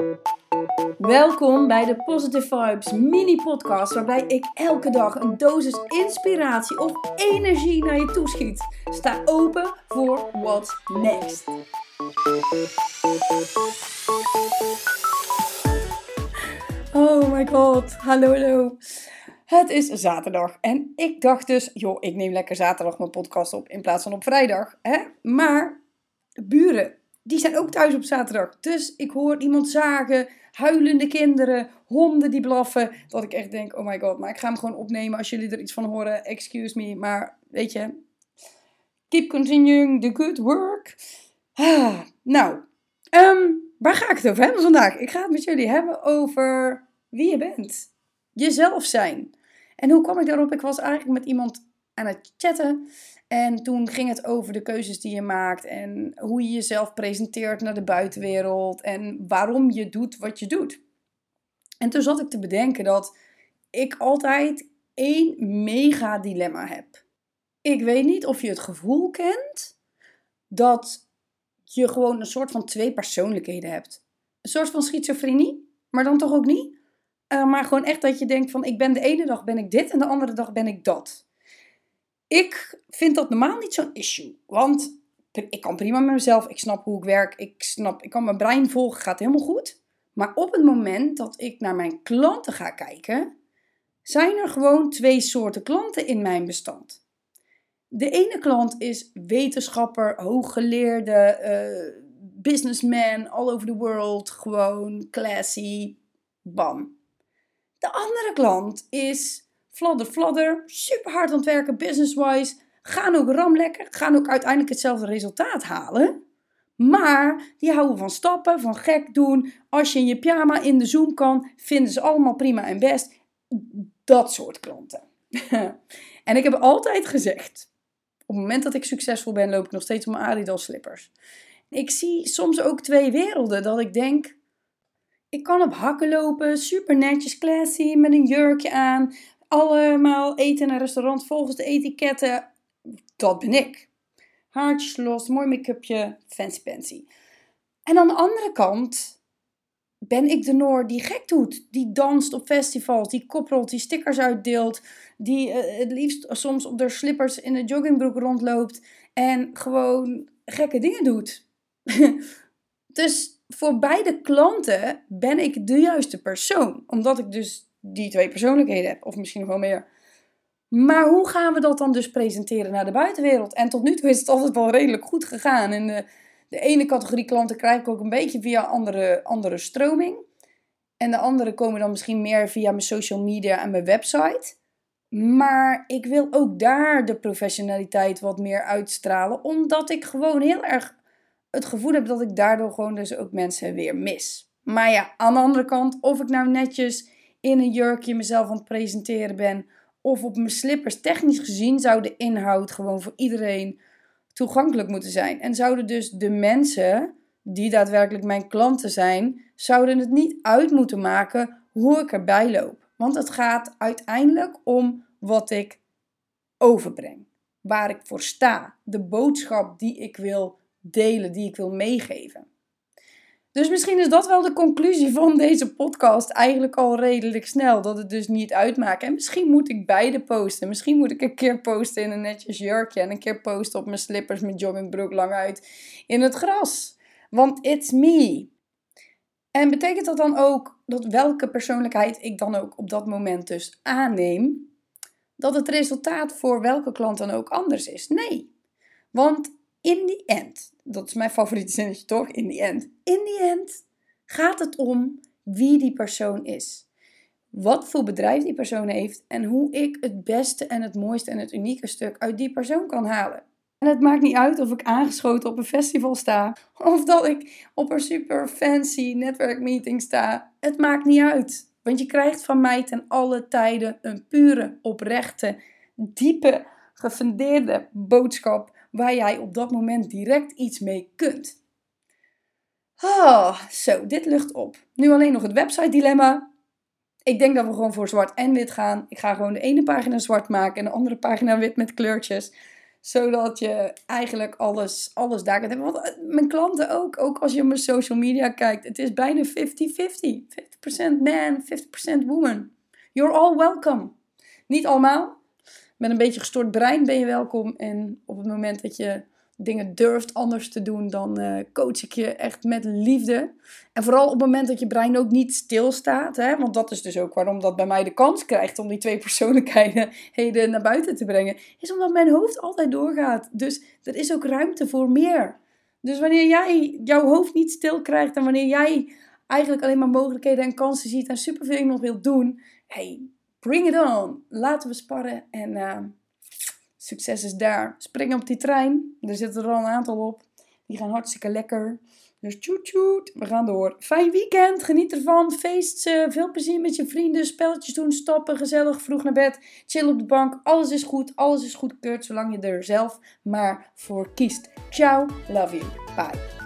Welkom bij de Positive Vibes mini-podcast, waarbij ik elke dag een dosis inspiratie of energie naar je toeschiet. Sta open voor what's next. Oh my god, hallo. Het is zaterdag en ik dacht dus, ik neem lekker zaterdag mijn podcast op in plaats van op vrijdag. Maar buren, die zijn ook thuis op zaterdag. Dus ik hoor iemand zagen, huilende kinderen, honden die blaffen. Dat ik echt denk, oh my god, maar ik ga hem gewoon opnemen als jullie er iets van horen. Excuse me, maar weet je, keep continuing the good work. Waar ga ik het over hebben vandaag? Ik ga het met jullie hebben over wie je bent. Jezelf zijn. En hoe kwam ik daarop? Ik was eigenlijk met iemand aan het chatten. En toen ging het over de keuzes die je maakt. En hoe je jezelf presenteert naar de buitenwereld. En waarom je doet wat je doet. En toen zat ik te bedenken dat ik altijd één mega dilemma heb. Ik weet niet of je het gevoel kent dat je gewoon een soort van twee persoonlijkheden hebt. Een soort van schizofrenie, maar dan toch ook niet. Maar gewoon echt dat je denkt van, ik ben de ene dag ben ik dit en de andere dag ben ik dat. Ik vind dat normaal niet zo'n issue. Want ik kan prima met mezelf, ik snap hoe ik werk, ik kan mijn brein volgen, gaat helemaal goed. Maar op het moment dat ik naar mijn klanten ga kijken, zijn er gewoon twee soorten klanten in mijn bestand. De ene klant is wetenschapper, hooggeleerde, businessman, all over the world, gewoon classy, bam. De andere klant is fladder, super hard aan het werken, business-wise, gaan ook ramlekker, gaan ook uiteindelijk hetzelfde resultaat halen. Maar die houden van stappen, van gek doen. Als je in je pyjama in de Zoom kan, vinden ze allemaal prima en best. Dat soort klanten. En ik heb altijd gezegd, op het moment dat ik succesvol ben, loop ik nog steeds op mijn Adidas slippers. Ik zie soms ook twee werelden, dat ik denk, ik kan op hakken lopen, super netjes, classy, met een jurkje aan, allemaal eten in een restaurant volgens de etiketten. Dat ben ik. Haartjes los, mooi make-upje, fancy. En aan de andere kant ben ik de Noor die gek doet, die danst op festivals, die koprolt, die stickers uitdeelt, die het liefst soms op haar slippers in een joggingbroek rondloopt en gewoon gekke dingen doet. Dus voor beide klanten ben ik de juiste persoon, omdat ik dus die twee persoonlijkheden heb, of misschien nog wel meer. Maar hoe gaan we dat dan dus presenteren naar de buitenwereld? En tot nu toe is het altijd wel redelijk goed gegaan. En de ene categorie klanten krijg ik ook een beetje via andere stroming. En de andere komen dan misschien meer via mijn social media en mijn website. Maar ik wil ook daar de professionaliteit wat meer uitstralen. Omdat ik gewoon heel erg het gevoel heb dat ik daardoor gewoon dus ook mensen weer mis. Maar ja, aan de andere kant, of ik nou netjes in een jurkje mezelf aan het presenteren ben, of op mijn slippers, technisch gezien zou de inhoud gewoon voor iedereen toegankelijk moeten zijn. En zouden dus de mensen die daadwerkelijk mijn klanten zijn, zouden het niet uit moeten maken hoe ik erbij loop. Want het gaat uiteindelijk om wat ik overbreng. Waar ik voor sta. De boodschap die ik wil delen, die ik wil meegeven. Dus misschien is dat wel de conclusie van deze podcast eigenlijk al redelijk snel. Dat het dus niet uitmaakt. En misschien moet ik beide posten. Misschien moet ik een keer posten in een netjes jurkje. En een keer posten op mijn slippers met joggingbroek lang uit in het gras. Want it's me. En betekent dat dan ook dat welke persoonlijkheid ik dan ook op dat moment dus aanneem, dat het resultaat voor welke klant dan ook anders is? Nee. Want in the end, dat is mijn favoriete zinnetje toch? In the end gaat het om wie die persoon is. Wat voor bedrijf die persoon heeft en hoe ik het beste en het mooiste en het unieke stuk uit die persoon kan halen. En het maakt niet uit of ik aangeschoten op een festival sta of dat ik op een super fancy netwerkmeeting sta. Het maakt niet uit. Want je krijgt van mij ten alle tijden een pure, oprechte, diepe, gefundeerde boodschap waar jij op dat moment direct iets mee kunt. Zo, dit lucht op. Nu alleen nog het website dilemma. Ik denk dat we gewoon voor zwart en wit gaan. Ik ga gewoon de ene pagina zwart maken en de andere pagina wit met kleurtjes. Zodat je eigenlijk alles daar kunt hebben. Want mijn klanten ook als je op mijn social media kijkt. Het is bijna 50-50. 50% man, 50% woman. You're all welcome. Niet allemaal. Met een beetje gestoord brein ben je welkom. En op het moment dat je dingen durft anders te doen, dan coach ik je echt met liefde. En vooral op het moment dat je brein ook niet stilstaat. Hè? Want dat is dus ook waarom dat bij mij de kans krijgt om die 2 persoonlijkheden naar buiten te brengen. Is omdat mijn hoofd altijd doorgaat. Dus er is ook ruimte voor meer. Dus wanneer jij jouw hoofd niet stil krijgt en wanneer jij eigenlijk alleen maar mogelijkheden en kansen ziet en superveel nog wilt doen. Hey, bring it on. Laten we sparren en succes is daar. Spring op die trein. Er zitten er al een aantal op. Die gaan hartstikke lekker. Dus tjoet tjoet. We gaan door. Fijn weekend. Geniet ervan. Feest. Veel plezier met je vrienden. Spelletjes doen. Stappen. Gezellig. Vroeg naar bed. Chill op de bank. Alles is goed. Alles is goedgekeurd. Zolang je er zelf maar voor kiest. Ciao. Love you. Bye.